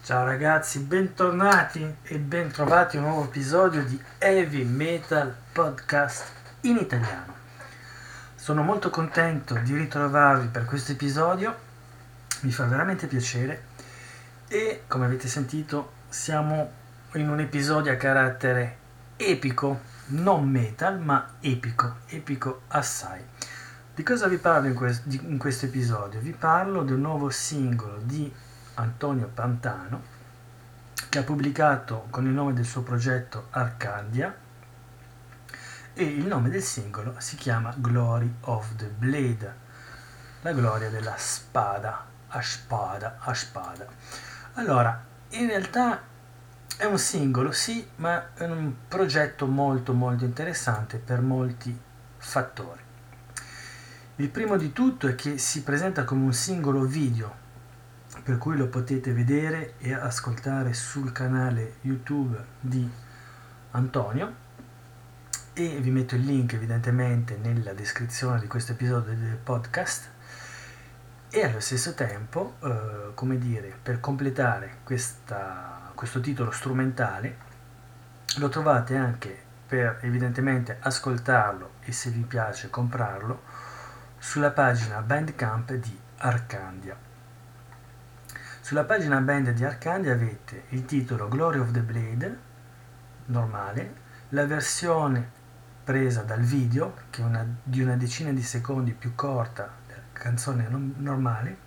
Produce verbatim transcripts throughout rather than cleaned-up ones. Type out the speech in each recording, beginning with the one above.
Ciao ragazzi, bentornati e bentrovati a un nuovo episodio di Heavy Metal Podcast in italiano. Sono molto contento di ritrovarvi per questo episodio, mi fa veramente piacere e come avete sentito siamo in un episodio a carattere epico, non metal ma epico, epico assai. Di cosa vi parlo in, quest- in questo episodio? Vi parlo del nuovo singolo di Antonio Pantano, che ha pubblicato con il nome del suo progetto Arcadia, e il nome del singolo si chiama Glory of the Blade, la gloria della spada, a spada, a spada. Allora, in realtà è un singolo, sì, ma è un progetto molto molto interessante per molti fattori. Il primo di tutto è che si presenta come un singolo video, per cui lo potete vedere e ascoltare sul canale YouTube di Antonio, e vi metto il link evidentemente nella descrizione di questo episodio del podcast. E allo stesso tempo, eh, come dire, per completare questa, questo titolo strumentale, lo trovate anche per evidentemente ascoltarlo e, se vi piace, comprarlo sulla pagina Bandcamp di Arcadia. Sulla pagina band di Arcadia avete il titolo Glory of the Blade normale, la versione presa dal video, che è una, di una decina di secondi più corta della canzone normale,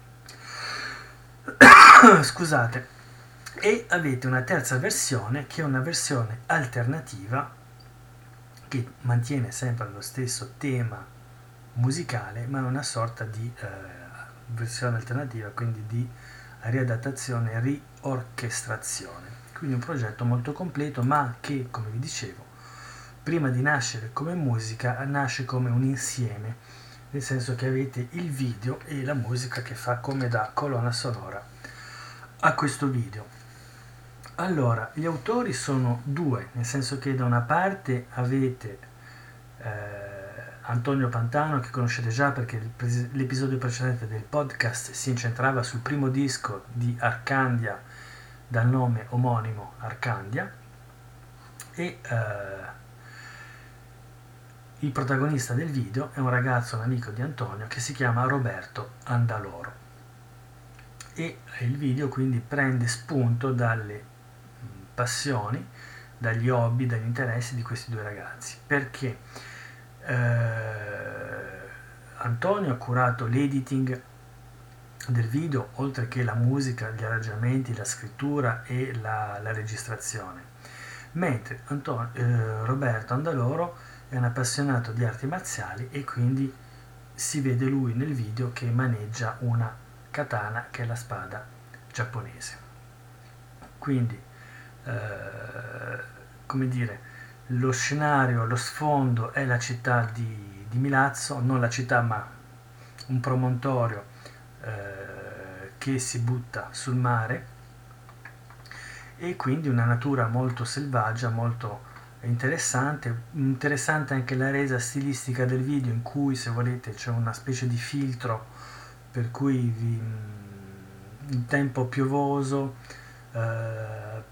scusate, e avete una terza versione che è una versione alternativa che mantiene sempre lo stesso tema musicale, ma è una sorta di eh, versione alternativa, quindi di riadattazione e riorchestrazione. Quindi un progetto molto completo, ma che, come vi dicevo, prima di nascere come musica, nasce come un insieme, nel senso che avete il video e la musica che fa come da colonna sonora a questo video. Allora, gli autori sono due, nel senso che da una parte avete eh, Antonio Pantano, che conoscete già perché l'episodio precedente del podcast si incentrava sul primo disco di Arcadia dal nome omonimo Arcadia, e eh, il protagonista del video è un ragazzo, un amico di Antonio, che si chiama Roberto Andaloro, e il video quindi prende spunto dalle passioni, dagli hobby, dagli interessi di questi due ragazzi, perché eh, Antonio ha curato l'editing del video, oltre che la musica, gli arrangiamenti, la scrittura e la, la registrazione, mentre Antonio, eh, Roberto Andaloro è un appassionato di arti marziali e quindi si vede lui nel video che maneggia una katana, che è la spada giapponese. Quindi eh, come dire, lo scenario, lo sfondo è la città di, di Milazzo, non la città ma un promontorio eh, che si butta sul mare, e quindi una natura molto selvaggia, molto interessante. Interessante anche la resa stilistica del video, in cui, se volete, c'è una specie di filtro per cui vi, in tempo piovoso, eh,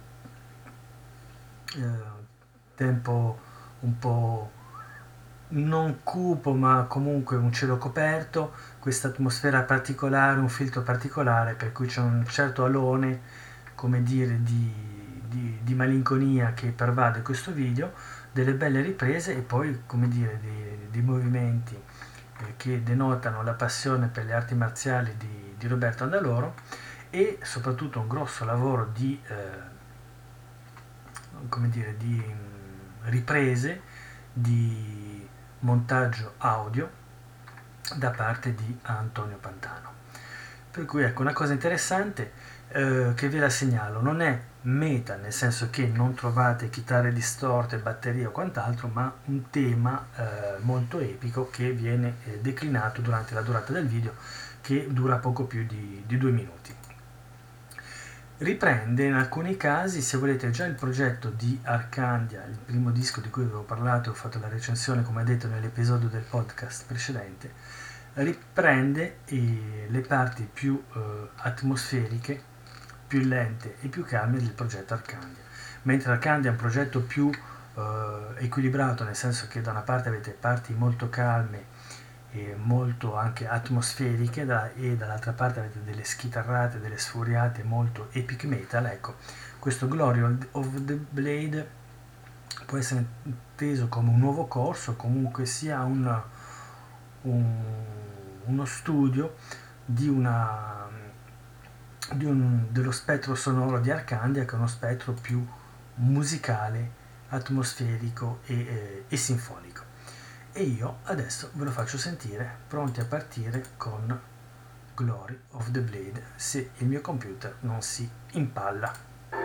eh, tempo un po' non cupo ma comunque un cielo coperto, questa atmosfera particolare, un filtro particolare, per cui c'è un certo alone, come dire, di, di, di malinconia che pervade questo video, delle belle riprese e poi, come dire, di, di movimenti eh, che denotano la passione per le arti marziali di, di Roberto Andaloro, e soprattutto un grosso lavoro di eh, come dire, di riprese, di montaggio audio da parte di Antonio Pantano. Per cui ecco, una cosa interessante eh, che ve la segnalo: non è meta, nel senso che non trovate chitarre distorte, batterie o quant'altro, ma un tema eh, molto epico che viene eh, declinato durante la durata del video, che dura poco più di, di due minuti. Riprende in alcuni casi, se volete, già il progetto di Arcadia, il primo disco di cui avevo parlato e ho fatto la recensione, come detto, nell'episodio del podcast precedente. Riprende eh, le parti più eh, atmosferiche più lente e più calme del progetto Arcandia. Mentre Arcandia è un progetto più eh, equilibrato, nel senso che da una parte avete parti molto calme e molto anche atmosferiche da, e dall'altra parte avete delle schitarrate, delle sfuriate molto epic metal. Ecco, questo Glory of the Blade può essere inteso come un nuovo corso, comunque sia un, un, uno studio di una, di un, dello spettro sonoro di Arcandia, che è uno spettro più musicale, atmosferico e, eh, e sinfonico. E io adesso ve lo faccio sentire, pronti a partire con Glory of the Blade, se il mio computer non si impalla.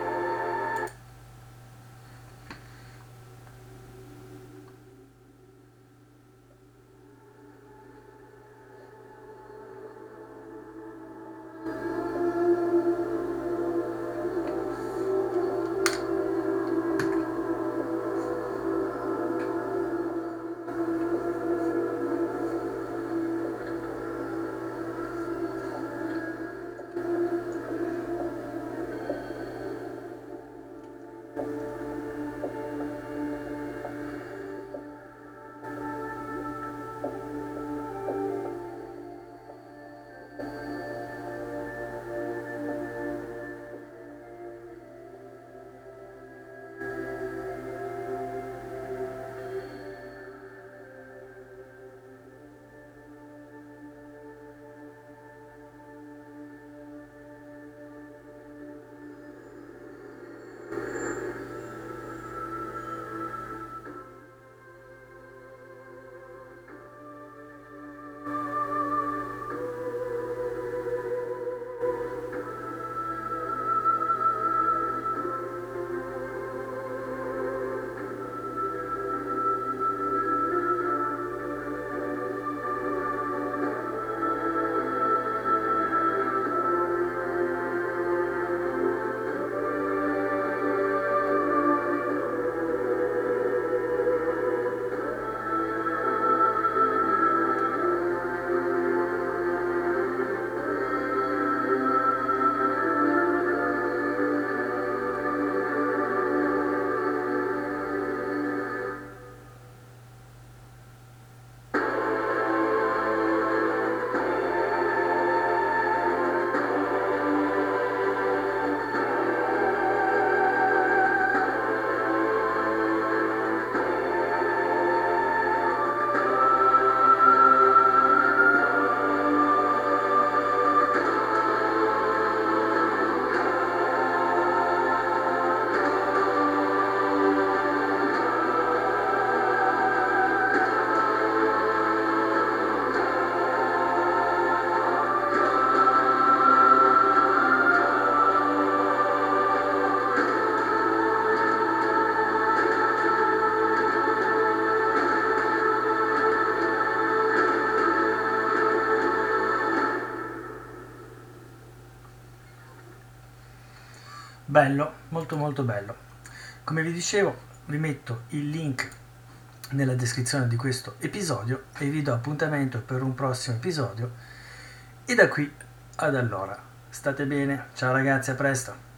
Bello, molto molto bello. Come vi dicevo, vi metto il link nella descrizione di questo episodio e vi do appuntamento per un prossimo episodio. E da qui ad allora, state bene, ciao ragazzi, a presto.